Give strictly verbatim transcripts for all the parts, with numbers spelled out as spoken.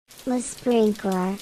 Le sprinkler.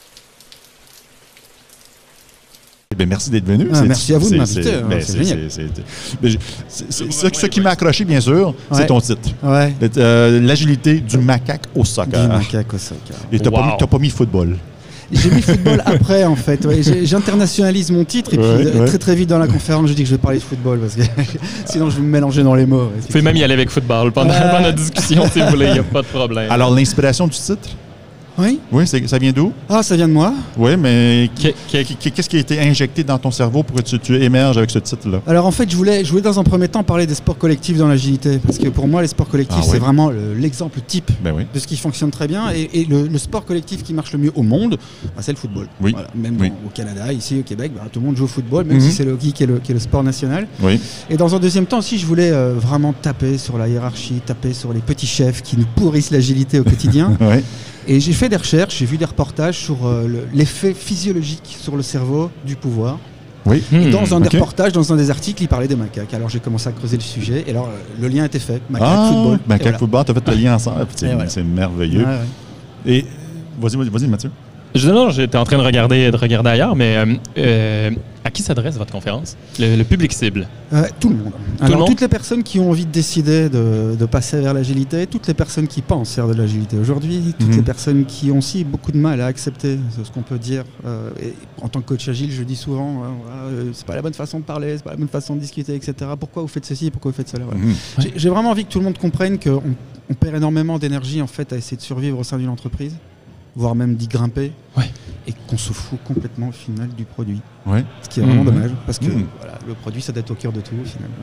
Ben, merci d'être venu. Ah, merci à vous de m'inviter. C'est, hein, ben, c'est c'est, génial. c'est, c'est, c'est, c'est, c'est, ce, ce qui m'a accroché, bien sûr, Ouais. c'est ton titre. Ouais. Euh, l'agilité du macaque au soccer. Du macaque au soccer. Et tu n'as Wow. pas, mis- t'as pas mis football. J'ai mis football après, en fait. Ouais, j'ai- j'internationalise mon titre et puis Ouais, euh, ouais. très très vite dans la conférence, je dis que je vais parler de football parce que sinon je vais me mélanger dans les mots. Vous pouvez même y aller avec football pendant, Euh. pendant la discussion si vous voulez, il n'y a pas de problème. Alors, l'inspiration du titre, Oui. oui, c'est, ça vient d'où? Ah, ça vient de moi. Oui, mais Qu'est- qu'est- qui- qui- qu'est-ce qui a été injecté dans ton cerveau pour que tu, tu émerges avec ce titre-là? Alors en fait, je voulais, je voulais dans un premier temps parler des sports collectifs dans l'agilité parce que pour moi, les sports collectifs, Ah, c'est oui. vraiment le- l'exemple type Ben oui. de ce qui fonctionne très bien et, et le, le sport collectif qui marche le mieux au monde, bah, c'est le football. Oui. Voilà. Même Oui. dans- au Canada, ici au Québec, bah, tout le monde joue au football, même Mhm. si c'est le hockey qui est le, qui est le sport national. Oui. Et dans un deuxième temps aussi, je voulais euh, vraiment taper sur la hiérarchie, taper sur les petits chefs qui nous pourrissent l'agilité au quotidien. Oui. Et j'ai fait des recherches, j'ai vu des reportages sur euh, le- l'effet physiologique sur le cerveau du pouvoir. Oui. Et Hmm, dans un des ok. reportages, dans un des articles, il parlait des macaques. Alors j'ai commencé à creuser le sujet et alors euh, le lien était fait. Macaque, Ah, football. macaque, Et voilà. football, tu as fait le lien ensemble. C'est, Et voilà. c'est merveilleux. Ouais, ouais. Et vas-y, vas-y, vas-y, Mathieu. Je non, j'étais en train de regarder, de regarder ailleurs, mais euh, euh, à qui s'adresse votre conférence? Le, le public cible. Euh, tout le monde. le Alors monde toutes les personnes qui ont envie de décider de, de passer vers l'agilité, toutes les personnes qui pensent faire de l'agilité aujourd'hui, toutes Mhm. les personnes qui ont aussi beaucoup de mal à accepter ce qu'on peut dire. Euh, et en tant que coach agile, je dis souvent, euh, voilà, euh, c'est pas la bonne façon de parler, c'est pas la bonne façon de discuter, et cetera. Pourquoi vous faites ceci, pourquoi vous faites cela voilà. Mhm. J'ai- J'ai vraiment envie que tout le monde comprenne qu'on on perd énormément d'énergie en fait à essayer de survivre au sein d'une entreprise, voire même d'y grimper, Ouais. et qu'on se fout complètement au final du produit. Oui. Ce qui est vraiment Mhm. dommage, parce que Mhm. voilà, le produit, ça doit être au cœur de tout au final.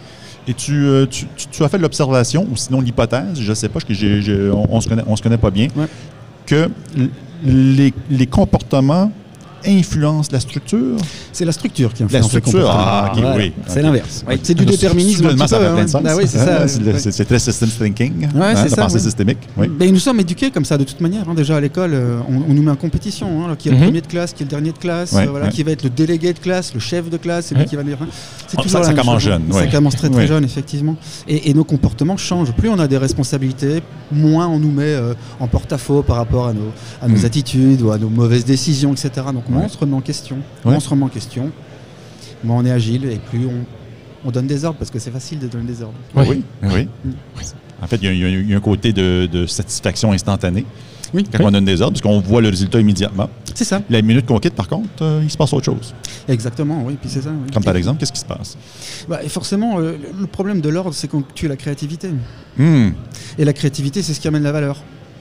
Et tu, euh, tu, tu- tu as fait l'observation, ou sinon l'hypothèse, je ne sais pas, parce que j'ai, j'ai- on, on se connaît, on se connaît pas bien, Ouais. que l- les, les comportements influencent la structure. C'est la structure qui influence La le structure, comportement. ah, ok, Voilà. oui. C'est Ok. l'inverse. Oui. C'est du déterminisme. un Soudainement, petit ça peu, fait plein hein. de sens. Ah oui, c'est Hein, ça. c'est, ouais. c'est- c'est très system thinking. Ouais, hein, c'est la ça, pensée ouais. systémique. Oui. Mais nous sommes éduqués comme ça de toute manière. hein. Déjà à l'école, euh, on, on nous met en compétition. Hein, alors qui est le Mhm. premier de classe, qui est le dernier de classe, Ouais, euh, voilà, ouais. qui va être le délégué de classe, le chef de classe, c'est lui Ouais. qui va dire. hein. C'est Oh, toujours ça- la ça même commence chose, hein. jeune, Ça ouais. commence très très Ouais. jeune, effectivement. Et, et nos comportements changent. Plus on a des responsabilités, moins on nous met euh, en porte-à-faux par rapport à nos, à nos Mhm. attitudes ou à nos mauvaises décisions, et cetera. Donc moins Ouais. on se remet en question. Ouais. Moins on se remet en question. Moins on est agile et plus on, on donne des ordres parce que c'est facile de donner des ordres. Oui. Oui. oui. Mm. En fait, il y a, il y a- il y a un côté de, de satisfaction instantanée Oui. quand on donne des ordres, parce qu'on voit le résultat immédiatement. C'est ça. La minute qu'on quitte, par contre, euh, il se passe autre chose. Exactement, oui. Puis c'est ça. oui. Comme par exemple, qu'est-ce qui se passe? Bah, et forcément, euh, le problème de l'ordre, c'est qu'on tue la créativité. Hmm. Et la créativité, c'est ce qui amène la valeur.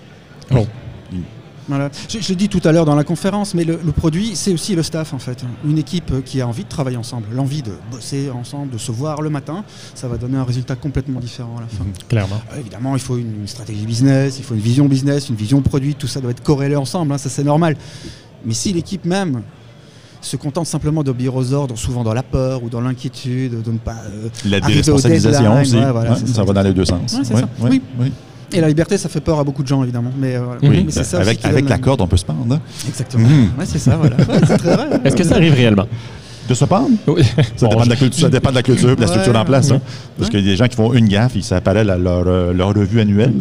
Oh. Voilà. Je, je l'ai dit tout à l'heure dans la conférence, mais le, le produit, c'est aussi le staff en fait. Une équipe qui a envie de travailler ensemble, l'envie de bosser ensemble, de se voir le matin, ça va donner un résultat complètement différent à la fin. Clairement. Euh, évidemment, il faut une, une stratégie business, il faut une vision business, une vision produit, tout ça doit être corrélé ensemble, hein, ça c'est normal. Mais si l'équipe même se contente simplement d'obéir aux ordres, souvent dans la peur ou dans l'inquiétude, de ne pas... euh, La arriver au déresponsabilisation deadline, aussi. ouais, voilà, Ouais, c'est ça ça, va dans les deux sens. Ouais, c'est Ouais, ça. ouais, Oui. oui. Et la liberté, ça fait peur à beaucoup de gens, évidemment. Mais, euh, voilà. Oui, mais c'est ça aussi avec, qui avec donne la corde, on peut se pendre. hein. Exactement. Mhm. Ouais, c'est ça, voilà. Ouais, c'est très vrai. Est-ce que ça arrive réellement? De se pendre? Oui. Ça, Bon, dépend de la je- culture, ça dépend de la culture et de la Ouais, structure en place. hein. Parce ouais. qu'il y a des gens qui font une gaffe, ils s'appellent à leur, euh, leur revue annuelle.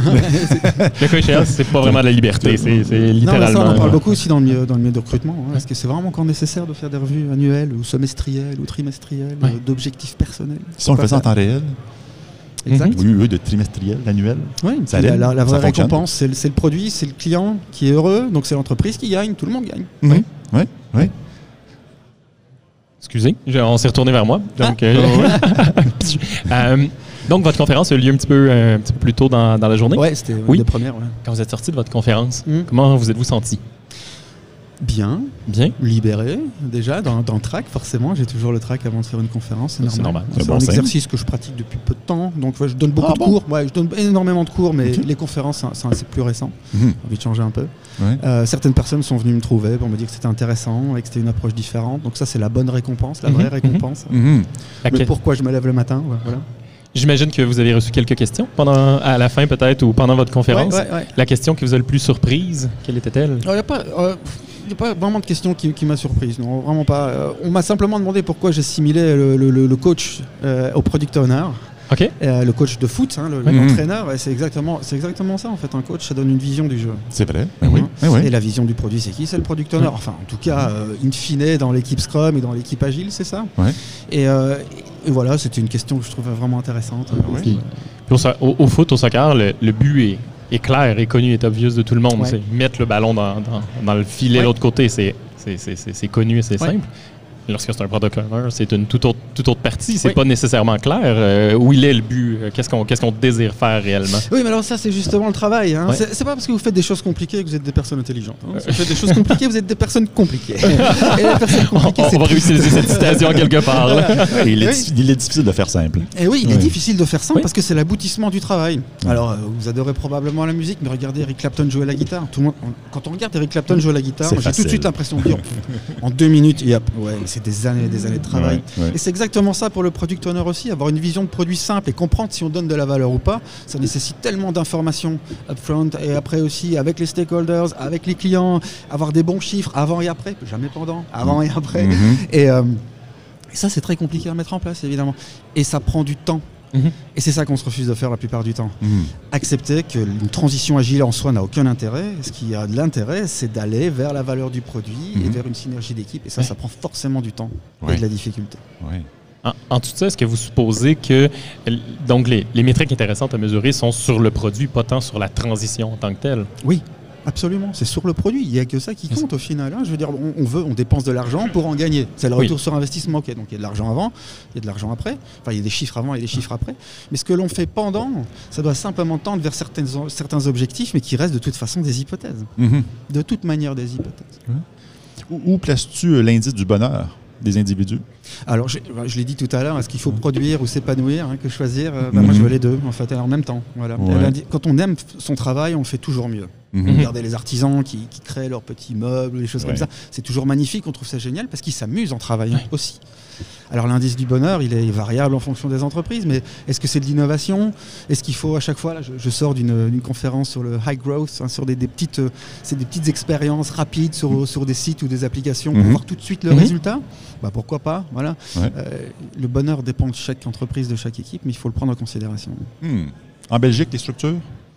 Le cas échéant, c'est pas vraiment de la liberté, c'est c'est Non, mais littéralement. ça, on en parle euh, beaucoup aussi dans le milieu, dans le milieu de recrutement. hein. Est-ce que c'est vraiment encore nécessaire de faire des revues annuelles ou semestrielles ou trimestrielles, Ouais. euh, d'objectifs personnels? Si on le faisait en temps réel, Exact. oui, oui, de trimestriel, annuel. Oui, Ça puis la, l'aide, la- la vraie ça fonctionne. récompense, c'est le, c'est le produit, c'est le client qui est heureux, donc c'est l'entreprise qui gagne, tout le monde gagne. Oui, oui, oui. Excusez, je- on s'est retourné vers moi. Donc, Ah. euh, euh, donc votre conférence a eu lieu un petit peu, euh, un petit peu plus tôt dans, dans la journée. Ouais, c'était une Oui. des premières. ouais. Quand vous êtes sorti de votre conférence, Mm. comment vous êtes-vous senti? Bien, Bien. libéré déjà dans, dans le track forcément, j'ai toujours le track avant de faire une conférence, c'est C'est normal. normal. C'est C'est bon un signe. exercice que je pratique depuis peu de temps, donc ouais, je donne beaucoup Ah de bon? cours, ouais, je donne énormément de cours, mais Ok. les conférences c'est- c'est c'est plus récent, Mhm. j'ai envie de changer un peu. Ouais. Euh, certaines personnes sont venues me trouver pour me dire que c'était intéressant et que c'était une approche différente, donc ça c'est la bonne récompense, la Mhm, vraie mhm. récompense. Mhm. Ok. Le pourquoi je me lève le matin, ouais, voilà. J'imagine que vous avez reçu quelques questions pendant, à la fin peut-être ou pendant votre conférence. Ouais, ouais, ouais. La question qui vous a le plus surprise, quelle était-elle? Il n'y a, pas, euh, y a pas vraiment de question qui, qui m'a surprise, non, vraiment pas. Euh, on m'a simplement demandé pourquoi j'assimilais le, le- le- le coach euh, au product owner. OK. Euh, le coach de foot, hein, le- Mhm. l'entraîneur, ouais, c'est exactement, c'est exactement ça en fait. Un coach, ça donne une vision du jeu. C'est vrai. Ben oui. Hein. Ben oui. Et la vision du produit, c'est qui? C'est le product owner. Enfin, en tout cas, euh, in fine, dans l'équipe Scrum et dans l'équipe Agile, c'est ça. Ouais. Et, euh, et voilà, c'était une question que je trouvais vraiment intéressante. Ouais. Puis, puis au, so- au- au foot, au soccer, le, le but est, est clair, est connu, est obvious de tout le monde. Ouais. C'est mettre le ballon dans, dans, dans le filet de Ouais. l'autre côté. C'est, c'est, c'est, c'est, c'est connu et c'est Ouais. simple. Lorsque c'est un product owner, c'est une toute autre, toute autre partie. C'est Oui. pas nécessairement clair euh, où il est le but, euh, qu'est-ce qu'on, qu'est-ce qu'on désire faire réellement. Oui, mais alors ça, c'est justement le travail. Hein. Ouais. C'est, c'est pas parce que vous faites des choses compliquées que vous êtes des personnes intelligentes. Hein. Si vous faites des choses compliquées, vous êtes des personnes compliquées. Et les personnes On, compliquées, on c'est va triste. réutiliser cette citation quelque part. là. Et il, est, Oui. diffi- il est difficile de faire simple. Et oui, il est Ouais. difficile de faire simple Oui. parce que c'est l'aboutissement du travail. Alors, euh, vous adorez probablement la musique, mais regardez Eric Clapton jouer la guitare. Tout le monde, on- quand on regarde Eric Clapton jouer la guitare, C'est moi, j'ai tout de facile. suite l'impression de dire en deux minutes, et hop, ouais, mais c'est des années et des années de travail. Ouais, ouais. Et c'est exactement ça pour le product owner aussi, avoir une vision de produit simple et comprendre si on donne de la valeur ou pas. Ça nécessite tellement d'informations upfront et après aussi avec les stakeholders, avec les clients, avoir des bons chiffres avant et après, jamais pendant, avant et après. Mhm. Et, euh, et ça, c'est très compliqué à mettre en place, évidemment. Et ça prend du temps. Mhm. Et c'est ça qu'on se refuse de faire la plupart du temps. Mhm. Accepter qu'une transition agile en soi n'a aucun intérêt. Ce qui a de l'intérêt, c'est d'aller vers la valeur du produit et Mhm. vers une synergie d'équipe. Et ça, Ouais. ça prend forcément du temps Ouais. et de la difficulté. Ouais. En, en tout ça, est-ce que vous supposez que euh, donc les, les métriques intéressantes à mesurer sont sur le produit, pas tant sur la transition en tant que telle? Oui, absolument. C'est sur le produit. Il n'y a que ça qui compte au final. hein. Je veux dire, on, on veut, on dépense de l'argent pour en gagner. C'est le Oui. retour sur investissement. Ok, donc il y a de l'argent avant, il y a de l'argent après. Enfin, il y a des chiffres avant et des chiffres après. Mais ce que l'on fait pendant, ça doit simplement tendre vers certaines, certains objectifs, mais qui restent de toute façon des hypothèses. Mhm. De toute manière, des hypothèses. Où, où places-tu euh, l'indice du bonheur des individus? Alors, je, je l'ai dit tout à l'heure, est-ce qu'il faut produire ou s'épanouir, hein, que choisir euh, ben, Mhm. Moi, je veux les deux, en fait, en même temps. Voilà. Ouais. Elle a dit- Quand on aime son travail, on le fait toujours mieux. Mhm. Regardez les artisans qui, qui créent leurs petits meubles, des choses Ouais. comme ça. C'est toujours magnifique, on trouve ça génial parce qu'ils s'amusent en travaillant aussi. Alors l'indice du bonheur, il est variable en fonction des entreprises, mais est-ce que c'est de l'innovation? Est-ce qu'il faut à chaque fois, là, je, je sors d'une d'une conférence sur le high growth, hein, sur des, des petites, euh, c'est des petites expériences rapides sur, sur des sites ou des applications pour Mhm. voir tout de suite le Mhm. résultat? Bah, pourquoi pas, voilà. Ouais. Euh, le bonheur dépend de chaque entreprise, de chaque équipe, mais il faut le prendre en considération. Hmm. En Belgique, les structures,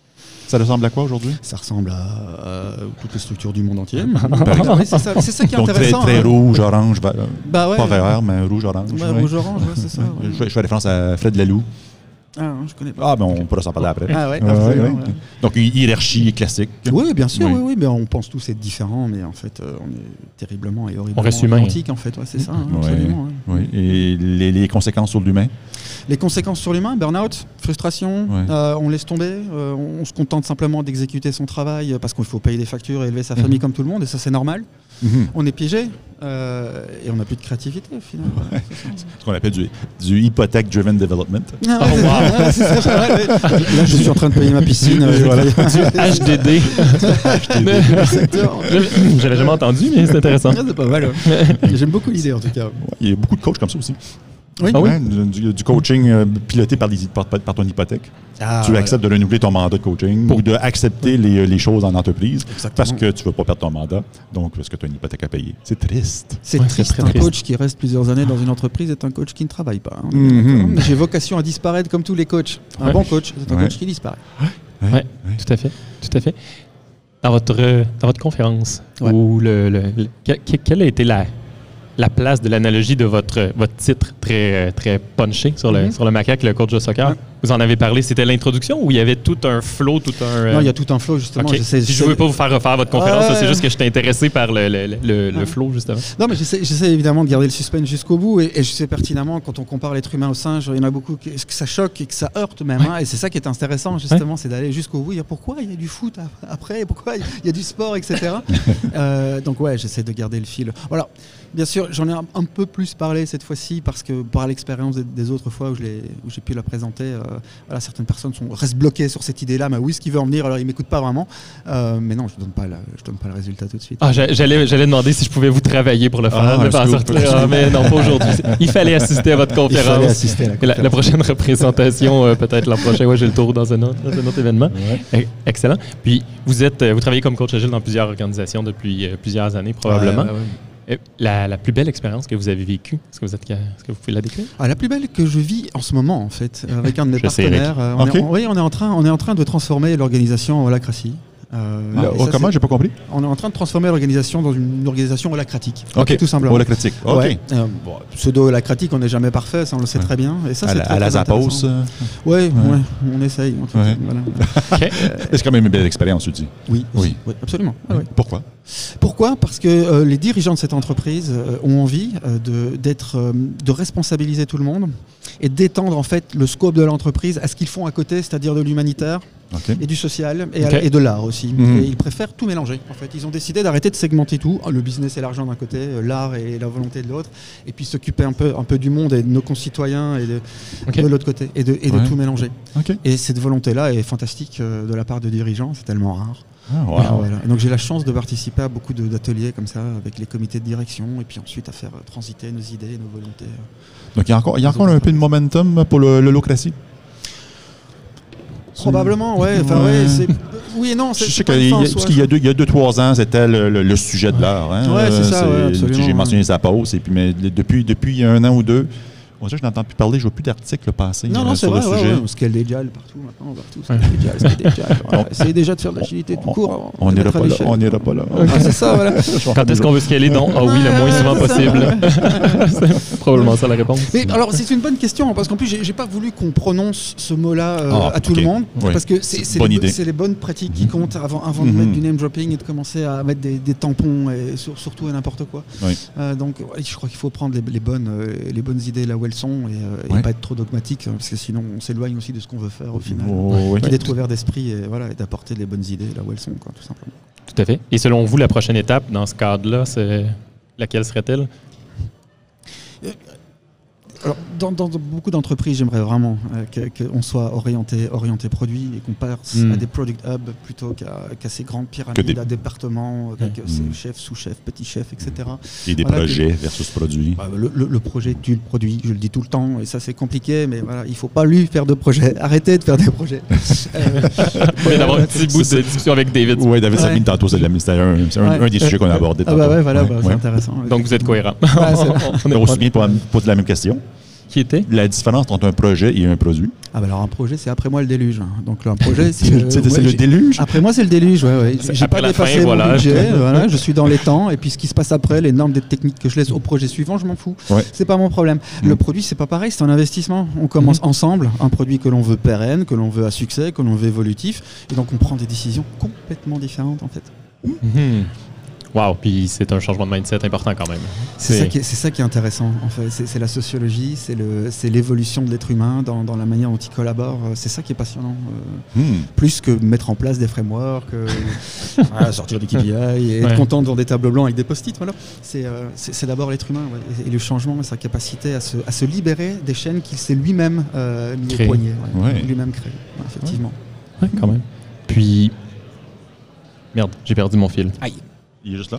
ça ressemble à quoi aujourd'hui? Ça ressemble à euh, toutes les structures du monde entier. Par exemple. Oui, c'est ça, c'est ça qui est Donc très, intéressant. très hein. rouge, orange, va- Bah ouais. pas vert, mais rouge-orange. Ouais, ouais. rouge-orange, ouais, c'est ça. Je, fais- je fais référence à Fred Laloux. Ah, non, je connais pas. Ah, ben on pourra s'en parler après. Ah ouais, Ouais, absolument, ouais. ouais. Donc, une hiérarchie classique. Oui, bien sûr, Oui. oui, oui, mais on pense tous être différents, mais en fait, euh, on est terriblement et horriblement On reste humain. identiques, en fait, ouais, c'est ça, hein, Ouais. absolument. ouais. Oui. Et les, les conséquences sur l'humain? Les conséquences sur l'humain, burn-out, frustration, Ouais. euh, on laisse tomber, euh, on se contente simplement d'exécuter son travail euh, parce qu'il faut payer des factures et élever sa famille comme tout le monde, et ça c'est normal. Mhm. On est piégé euh, et on n'a plus de créativité au final. Voilà, c'est ça. Ce qu'on appelle du, du hypothèque-driven development. Ah ouais, Oh, c'est- wow. ouais, c'est ça, ouais, ouais. Là, je suis en train de payer ma piscine. euh, je vais Voilà. payer- H D D. Mais- Secteur. J'avais jamais entendu, mais c'est intéressant. Ah, c'est pas mal. ouais. J'aime beaucoup l'idée en tout cas. Ouais, il y a beaucoup de coachs comme ça aussi. Oui. Ah oui? Ouais, du, du coaching euh, piloté par, des, par, par ton hypothèque. Ah, tu voilà. acceptes de renouveler ton mandat de coaching Pour- ou d'accepter les, les choses en entreprise Exactement. parce que tu ne veux pas perdre ton mandat, donc parce que tu as une hypothèque à payer. C'est triste. C'est Ouais, triste. c'est très Un triste. coach qui reste plusieurs années dans une entreprise est un coach qui ne travaille pas. hein. Mhm. J'ai vocation à disparaître comme tous les coachs. Un Ouais. bon coach, c'est un Ouais. coach qui disparaît. Ouais, Ouais. tout à fait, tout à fait. Dans votre, euh, dans votre conférence, Ouais. où le, le- le- que- que- quelle a été la, la place de l'analogie de votre, votre titre très, euh, très punché sur le, Mhm. sur le macaque, le coach de soccer? Ouais. Vous en avez parlé, c'était l'introduction ou il y avait tout un flow, tout un... euh, Non, il y a tout un flow justement. OK. J'essaie- Puis je j'essaie- ne veux pas vous faire refaire votre conférence, Ouais, là, c'est ouais. juste que je suis intéressé par le, le, le, le Ouais. flow, justement. Non, mais j'essaie, j'essaie évidemment de garder le suspense jusqu'au bout et, et je sais pertinemment quand on compare l'être humain au singe, il y en a beaucoup qui, que ça choque et que ça heurte même. Ouais. hein, et c'est ça qui est intéressant justement, c'est d'aller jusqu'au bout. Dire pourquoi il y a du foot ap- après, pourquoi il y a du sport, et cetera. euh, donc ouais, j'essaie de garder le fil. Voilà. Bien sûr, j'en ai un, un peu plus parlé cette fois-ci parce que par l'expérience des, des autres fois où, je l'ai- où j'ai pu la présenter, euh, voilà, certaines personnes sont, restent bloquées sur cette idée-là. Mais où est-ce qu'il veut en venir? Alors ils m'écoutent pas vraiment. Euh, mais non, je donne pas, la- je donne pas le résultat tout de suite. Ah, j'a- j'allais, j'allais demander si je pouvais vous travailler pour le faire. Ah, de un faire scoop. sortir. Ah, mais non, pas aujourd'hui. Il fallait assister à votre Il fallait conférence. assister à la Et La, la conférence. prochaine représentation, euh, peut-être l'an prochain, ouais, j'ai le tour dans un autre, dans un autre événement. Ouais. E- Excellent. Puis, vous êtes, euh, vous travaillez comme coach agile dans plusieurs organisations depuis euh, plusieurs années, probablement. Ouais, ouais, ouais. La, la plus belle expérience que vous avez vécue, est-ce que vous, êtes, est-ce que vous pouvez la décrire? Ah, la plus belle que je vis en ce moment, en fait, avec un de mes Je sais, partenaires. Euh, on, Ok. est, on- oui, on est en train, on est en train de transformer l'organisation en holacratie. Euh, Ah, et oh, ça, comment? c'est- J'ai pas compris. On est en train de transformer l'organisation dans une organisation holacratique. OK. Tout simplement. Holacratique. OK. Ouais. Euh, bon, pseudo-holacratique, on n'est jamais parfait, ça on le sait Ouais. très bien. Et ça, À c'est la, très, à la très Zappos. intéressant. euh, Ouais, Ouais. ouais, on essaye. En tout cas, Ouais. voilà. OK. C'est quand même une belle expérience, tu dis. Oui, Oui. oui, absolument. Ouais, ouais. Pourquoi? Pourquoi? Parce que euh, les dirigeants de cette entreprise euh, ont envie euh, de, d'être, euh, de responsabiliser tout le monde et d'étendre en fait le scope de l'entreprise à ce qu'ils font à côté, c'est-à-dire de l'humanitaire OK. et du social et, Ok. et de l'art aussi. Mhm. Et ils préfèrent tout mélanger. En fait, ils ont décidé d'arrêter de segmenter tout, le business et l'argent d'un côté, euh, l'art et la volonté de l'autre, et puis s'occuper un peu, un peu du monde et de nos concitoyens et de, OK. de l'autre côté et de, et de Ouais. tout mélanger. OK. Et cette volonté-là est fantastique euh, de la part de dirigeants, c'est tellement rare. Ah, wow. Voilà, voilà. Et donc j'ai la chance de participer à beaucoup de- d'ateliers comme ça avec les comités de direction et puis ensuite à faire euh, transiter nos idées, nos volontés. euh. Donc, il y a encore, il y a encore un peu de momentum pour le- l'holocratie? Probablement, ouais. Enfin, Ouais. ouais, c'est- oui et non. Je C'est, sais c'est pas qu'il une y, fin en a- soi, parce qu'il y a deux, il y a deux, trois ans, c'était le, le- le sujet de l'art. Hein? Ouais, c'est ça, ouais, absolument, J'ai mentionné ouais. sa pause, et puis, mais depuis, depuis un an ou deux, on dirait que je n'entends plus parler, je vois plus d'articles passer Non, euh, non, c'est sur vrai, le ouais, sujet. ouais, on scale des jals partout maintenant, partout, scale des jals, scale des jals. Voilà. Essayez déjà de faire de l'agilité tout On- court. avant On de n'ira mettre à pas là. l'échelle. On n'ira pas là. Ah, c'est ça, voilà. Quand est-ce qu'on veut scaler donc? Ah oui, le moins souvent Ouais, c'est ça, possible. C'est probablement ça la réponse. Mais alors, c'est une bonne question, parce qu'en plus, j'ai, j'ai pas voulu qu'on prononce ce mot-là euh, Ah, à tout ok. le monde, Oui. parce que c'est, c'est, Bonne les, idée. c'est les bonnes pratiques qui Mhm. comptent avant, avant de Mhm. mettre du name dropping et de commencer à mettre des, des tampons et sur- surtout à n'importe quoi. Oui. Euh, donc, ouais, je crois qu'il faut prendre les, les bonnes, euh, les bonnes idées là où elles sont et, euh, et Ouais. pas être trop dogmatique, hein, parce que sinon, on s'éloigne aussi de ce qu'on veut faire au final. Oh, oui. Et d'être ouvert d'esprit et, voilà, et d'apporter les bonnes idées là où elles sont, quoi, tout simplement. Tout à fait. Et selon vous, la prochaine étape dans ce cadre-là, c'est laquelle serait-elle? Alors, dans, dans beaucoup d'entreprises, j'aimerais vraiment euh, que- qu'on soit orienté, orienté produit et qu'on passe Mm. à des product hubs plutôt qu'à, qu'à ces grandes pyramides, Que des- à départements, avec Mm. euh, ces chefs, sous-chefs, petits chefs, et cetera. Et des Voilà, projets versus produits. Bah, le, le- le projet tue le produit, je le dis tout le temps, et ça c'est compliqué, mais voilà, il ne faut pas lui faire de projets. Arrêtez de faire des projets. Euh, On vient d'avoir un petit bout de discussion avec David. Oui, David Ouais. Sabine, tantôt, c'est de la- c'était un, c'est un, Ouais. un des sujets qu'on a abordé ah tantôt. bah ouais, voilà, bah, c'est ouais. intéressant. Donc vous êtes cohérent. Ouais, c'est- On est- Mais aussi bien pour me poser la même question. Qui était? La différence entre un projet et un produit. Ah bah alors un projet, c'est après moi le déluge. Donc là, un projet, c'est, euh, C'est c'est ouais, le j'ai- déluge. Après moi, c'est le déluge, ouais, ouais. C'est J'ai après pas la fin, dépassé mon voilà. budget, voilà, je suis dans les temps, et puis ce qui se passe après, les normes des techniques que je laisse au projet suivant, je m'en fous. Ouais. C'est pas mon problème. Mm. Le produit, c'est pas pareil, c'est un investissement. On commence Mhm. ensemble, un produit que l'on veut pérenne, que l'on veut à succès, que l'on veut évolutif, et donc on prend des décisions complètement différentes en fait. Mhm. Wow, puis c'est un changement de mindset important quand même. C'est, ça, qui est, c'est ça qui est intéressant, en fait. C'est, c'est la sociologie, c'est, le, c'est l'évolution de l'être humain dans, dans la manière dont il collabore. C'est ça qui est passionnant. Euh, Hmm. plus que mettre en place des frameworks, euh, voilà, sortir des K P I et être Ouais. content devant des tableaux blancs avec des post-it. Voilà. C'est, euh, c'est, c'est d'abord l'être humain, ouais. et, et le changement, sa capacité à se, à se libérer des chaînes qu'il s'est lui-même euh, mis Créé. au poignet, ouais. Ouais. lui-même créé, ouais, effectivement. Ouais, quand même. Puis. Merde, j'ai perdu mon fil. Aïe. Il est juste là.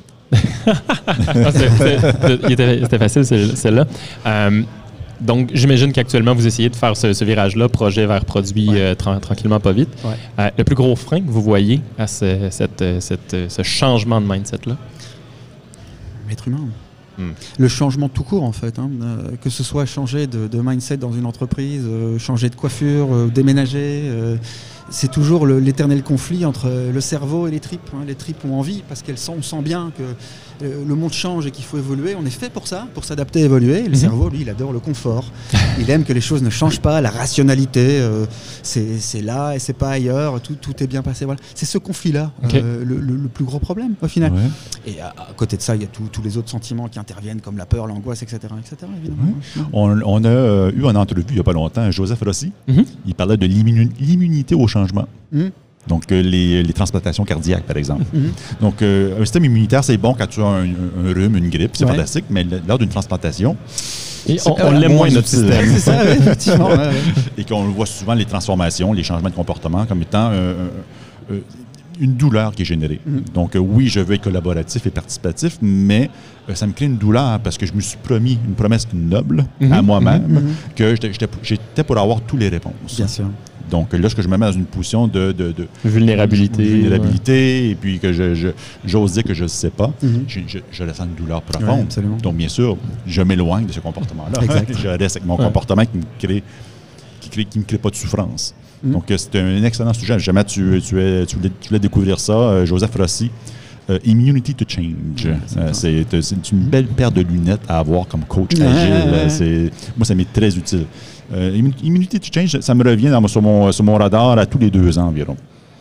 Ah, c'est- c'est- il était- C'était facile, celle- celle-là. Euh, donc, j'imagine qu'actuellement, vous essayez de faire ce, ce virage-là, projet vers produit, Ouais. euh, tra- tranquillement, pas vite. Ouais. Euh, le plus gros frein que vous voyez à ce, cette, euh, cette, euh, ce changement de mindset-là? L'être humain. Hmm. Le changement tout court, en fait. Hein, euh, que ce soit changer de, de mindset dans une entreprise, euh, changer de coiffure, euh, déménager. euh, c'est toujours le- l'éternel conflit entre le cerveau et les tripes. Hein. Les tripes ont envie parce qu'elles sont, on sent bien que euh, le monde change et qu'il faut évoluer. On est fait pour ça, pour s'adapter et évoluer. Et le Mhm. cerveau, lui, il adore le confort. Il aime que les choses ne changent pas, la rationalité, euh, c'est, c'est là et c'est pas ailleurs. Tout, tout est bien passé. Voilà. C'est ce conflit-là, Ok. euh, le, le- le plus gros problème au final. Ouais. Et à, à côté de ça, il y a tous tous les autres sentiments qui interviennent, comme la peur, l'angoisse, et cetera, et cetera évidemment. On, on a euh, eu en entrevue il n'y a pas longtemps Joseph Rossi. Mhm. Il parlait de l'immu- l'immunité au changement. Mhm. Donc, euh, les, les transplantations cardiaques, par exemple. Mhm. Donc, euh, un système immunitaire, c'est bon quand tu as un, un- un rhume, une grippe, c'est Ouais. fantastique, mais l- lors d'une transplantation, Et C'est on, quand on même l'aime moins, moins notre utile. système. C'est ça, oui, effectivement. ouais, ouais. et qu'on voit souvent les transformations, les changements de comportement comme étant euh, euh, euh, une douleur qui est générée. Mm-hmm. Donc, euh, oui, je veux être collaboratif et participatif, mais euh, ça me crée une douleur parce que je me suis promis une promesse noble mm-hmm. à moi-même mm-hmm. que j'étais, j'étais, j'étais pour avoir toutes les réponses. Bien sûr. Donc, lorsque je me mets dans une position de... de, de vulnérabilité. De vulnérabilité, ouais. Et puis que je, je, j'ose dire que je ne sais pas, mm-hmm. je, je, je ressens une douleur profonde. Ouais, donc, bien sûr, je m'éloigne de ce comportement-là. Exact. Je reste avec mon ouais. comportement qui me crée... qui ne me crée pas de souffrance. Mm. Donc, euh, c'est un excellent sujet. Jamais tu, tu, es, tu, voulais, tu voulais découvrir ça. Euh, Joseph Rossi, euh, Immunity to Change. Mm, c'est, euh, c'est, c'est une belle paire de lunettes à avoir comme coach ouais, agile. Ouais. C'est, moi, ça m'est très utile. Euh, Immunity to Change, ça me revient dans, sur, mon, sur mon radar à tous les deux ans environ.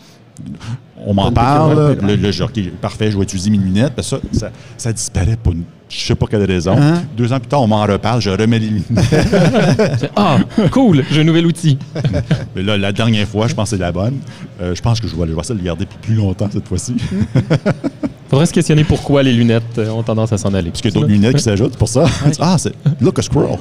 On m'en parle, le, le genre, okay, parfait, je vais utiliser mes lunettes, parce que ça, ça, ça disparaît pour une, je ne sais pas quelle raison. Hein? Deux ans plus tard, on m'en reparle, je remets les lunettes. Ah, cool, j'ai un nouvel outil. Mais là, la dernière fois, je pense que c'est la bonne. Euh, je pense que je vais, je vais essayer de le garder plus longtemps cette fois-ci. Faudrait se questionner pourquoi les lunettes ont tendance à s'en aller. Parce qu'il y a d'autres lunettes qui s'ajoutent pour ça. Ah, c'est look a squirrel.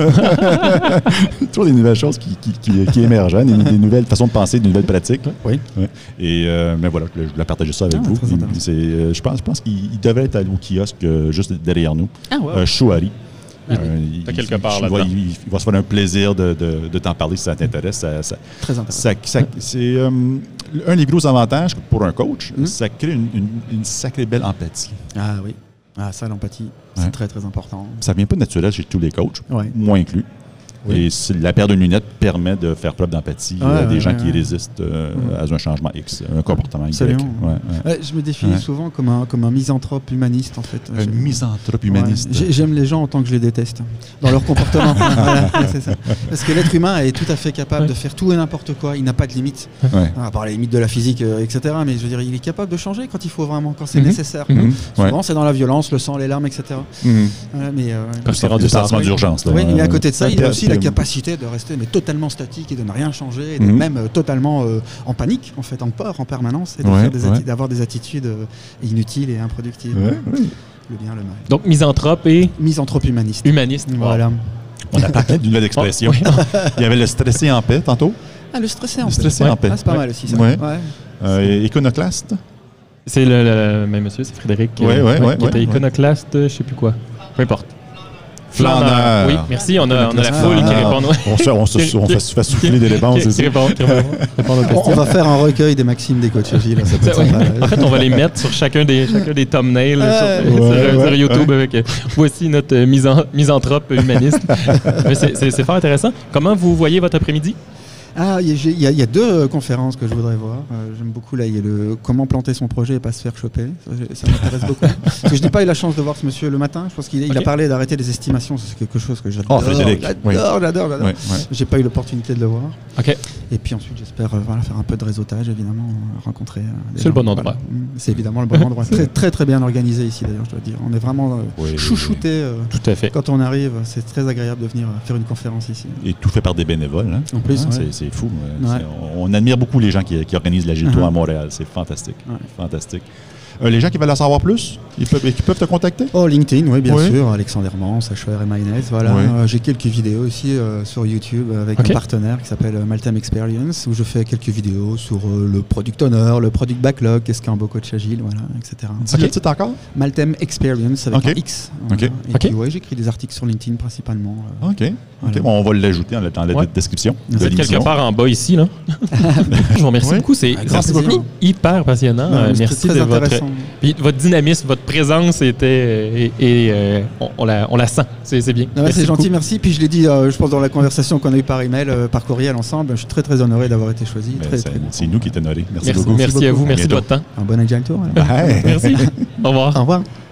Toujours des nouvelles choses qui, qui, qui, qui émergent, hein, des, des nouvelles façons de penser, des nouvelles pratiques. Oui. Ouais. Et euh, mais voilà, je voulais partager ça avec ah, vous. Il, c'est, euh, je pense, je pense qu'il devrait être au kiosque euh, juste derrière nous. Ah, wow. euh, Chouari. Ah, euh, il, quelque part il, là-dedans. Il, il, il va se faire un plaisir de, de, de t'en parler si ça t'intéresse. Ça, ça, Très intéressant. Ça, ça, c'est euh, un des gros avantages pour un coach. Mm-hmm. Ça crée une, une, une sacrée belle empathie. Ah oui. Ah, ça, l'empathie, c'est ouais. très, très important. Ça ne vient pas naturel chez tous les coachs, ouais. moi inclus. Oui. Et la paire de lunettes permet de faire preuve d'empathie ouais, à des ouais, gens ouais, qui ouais. résistent euh, ouais. à un changement X, un comportement Y. Ouais, ouais. Ouais, je me définis ouais. souvent comme un, comme un misanthrope humaniste, en fait. Un J'aime... misanthrope humaniste. Ouais. J'aime les gens en tant que je les déteste, dans leur comportement. Voilà, c'est ça. Parce que l'être humain est tout à fait capable ouais. de faire tout et n'importe quoi. Il n'a pas de limites, ouais. à part les limites de la physique, euh, et cetera. Mais je veux dire, il est capable de changer quand il faut vraiment, quand c'est mm-hmm. nécessaire. Mm-hmm. Souvent, ouais. c'est dans la violence, le sang, les larmes, et cetera. Mm-hmm. Voilà, mais euh, quand c'est rendu sentiment d'urgence. Oui, mais à côté de ça, il a aussi la capacité de rester mais totalement statique et de ne rien changer et d'être mmh. même euh, totalement euh, en panique, en fait, en peur en permanence et de ouais, faire des atti- ouais. d'avoir des attitudes euh, inutiles et improductives. Ouais, oui. Le bien, le mal. Donc, misanthrope et... Misanthrope humaniste. Humaniste. Voilà. Wow. On a parlé d'une nouvelle expression. Oh, oui. Il y avait le stressé en paix tantôt. Ah, le stressé en le paix. Stressé ouais. en paix. Ah, c'est pas ouais. mal aussi, ça. Ouais. Ouais. Euh, iconoclaste. C'est le, le, le même monsieur, c'est Frédéric. Oui, oui, oui. Qui était iconoclaste, je ne sais plus quoi. Peu importe. Flâneur. Oui, merci. On a, on a la foule ah, qui répond. On, se, on, se, on fait, fait souffler des réponses. Qui, qui répond, qui répond, répond aux questions. On va faire un recueil des maximes des coachs agiles. En fait, on va les mettre sur chacun des, chacun des thumbnails euh, sur, ouais, sur, ouais, sur YouTube ouais. avec euh, voici notre euh, misan, misanthrope humaniste. c'est, c'est, c'est fort intéressant. Comment vous voyez votre après-midi? Ah, il y, y, y a deux euh, conférences que je voudrais voir. Euh, j'aime beaucoup là, il y a le comment planter son projet et pas se faire choper. Ça, ça m'intéresse beaucoup. Parce que je n'ai pas eu la chance de voir ce monsieur le matin. Je pense qu'il okay. il a parlé d'arrêter les estimations. C'est quelque chose que j'adore. Oh, Frédéric. J'adore, oui. j'adore, j'adore. Oui, oui. J'ai pas eu l'opportunité de le voir. Okay. Et puis ensuite, j'espère euh, voilà, faire un peu de réseautage, évidemment, euh, rencontrer. Euh, C'est gens, le bon endroit. Voilà. C'est évidemment le bon endroit. Très, très, très bien organisé ici d'ailleurs, je dois dire. On est vraiment euh, oui, chouchouté. Euh, Tout à fait. Quand on arrive, c'est très agréable de venir faire une conférence ici. Et tout fait par des bénévoles. Hein? En plus, ah, ouais. c'est, c'est fou. Ouais. On admire beaucoup les gens qui, qui organisent l'Agile-Tour uh-huh. à Montréal. C'est fantastique. Ouais. Fantastique. Euh, les gens qui veulent en savoir plus, ils peuvent, ils peuvent te contacter? Oh, LinkedIn, oui, bien oui. sûr. Alexandre Mans, H O R M A N S. Voilà. Oui. Euh, j'ai quelques vidéos aussi euh, sur YouTube avec okay. un partenaire qui s'appelle Maltem Experience, où je fais quelques vidéos sur euh, le Product Owner, le Product Backlog, qu'est-ce qu'un beau coach agile, voilà, et cetera. Dis okay. le titre encore? Maltem Experience avec okay. un X. Okay. Et okay. puis, ouais, j'écris des articles sur LinkedIn principalement. Euh, OK. Voilà. Bon, on va l'ajouter dans la ouais. description. Vous êtes quelque part en bas ici, là. Je vous remercie oui. beaucoup. C'est ah, beaucoup. hyper passionnant. Non, euh, merci de votre, puis, votre dynamisme, votre présence était et, et euh, on, on, la, on la sent. C'est, c'est bien. Non, c'est gentil, merci. Puis je l'ai dit, euh, je pense dans la conversation qu'on a eue par email, euh, par courriel ensemble. Je suis très très honoré d'avoir été choisi. Très, c'est, très c'est nous qui t'es honorés. Merci, merci beaucoup. Merci, merci à vous. Merci de votre temps. Un bon Agile Tour. Merci. Au revoir. Au revoir.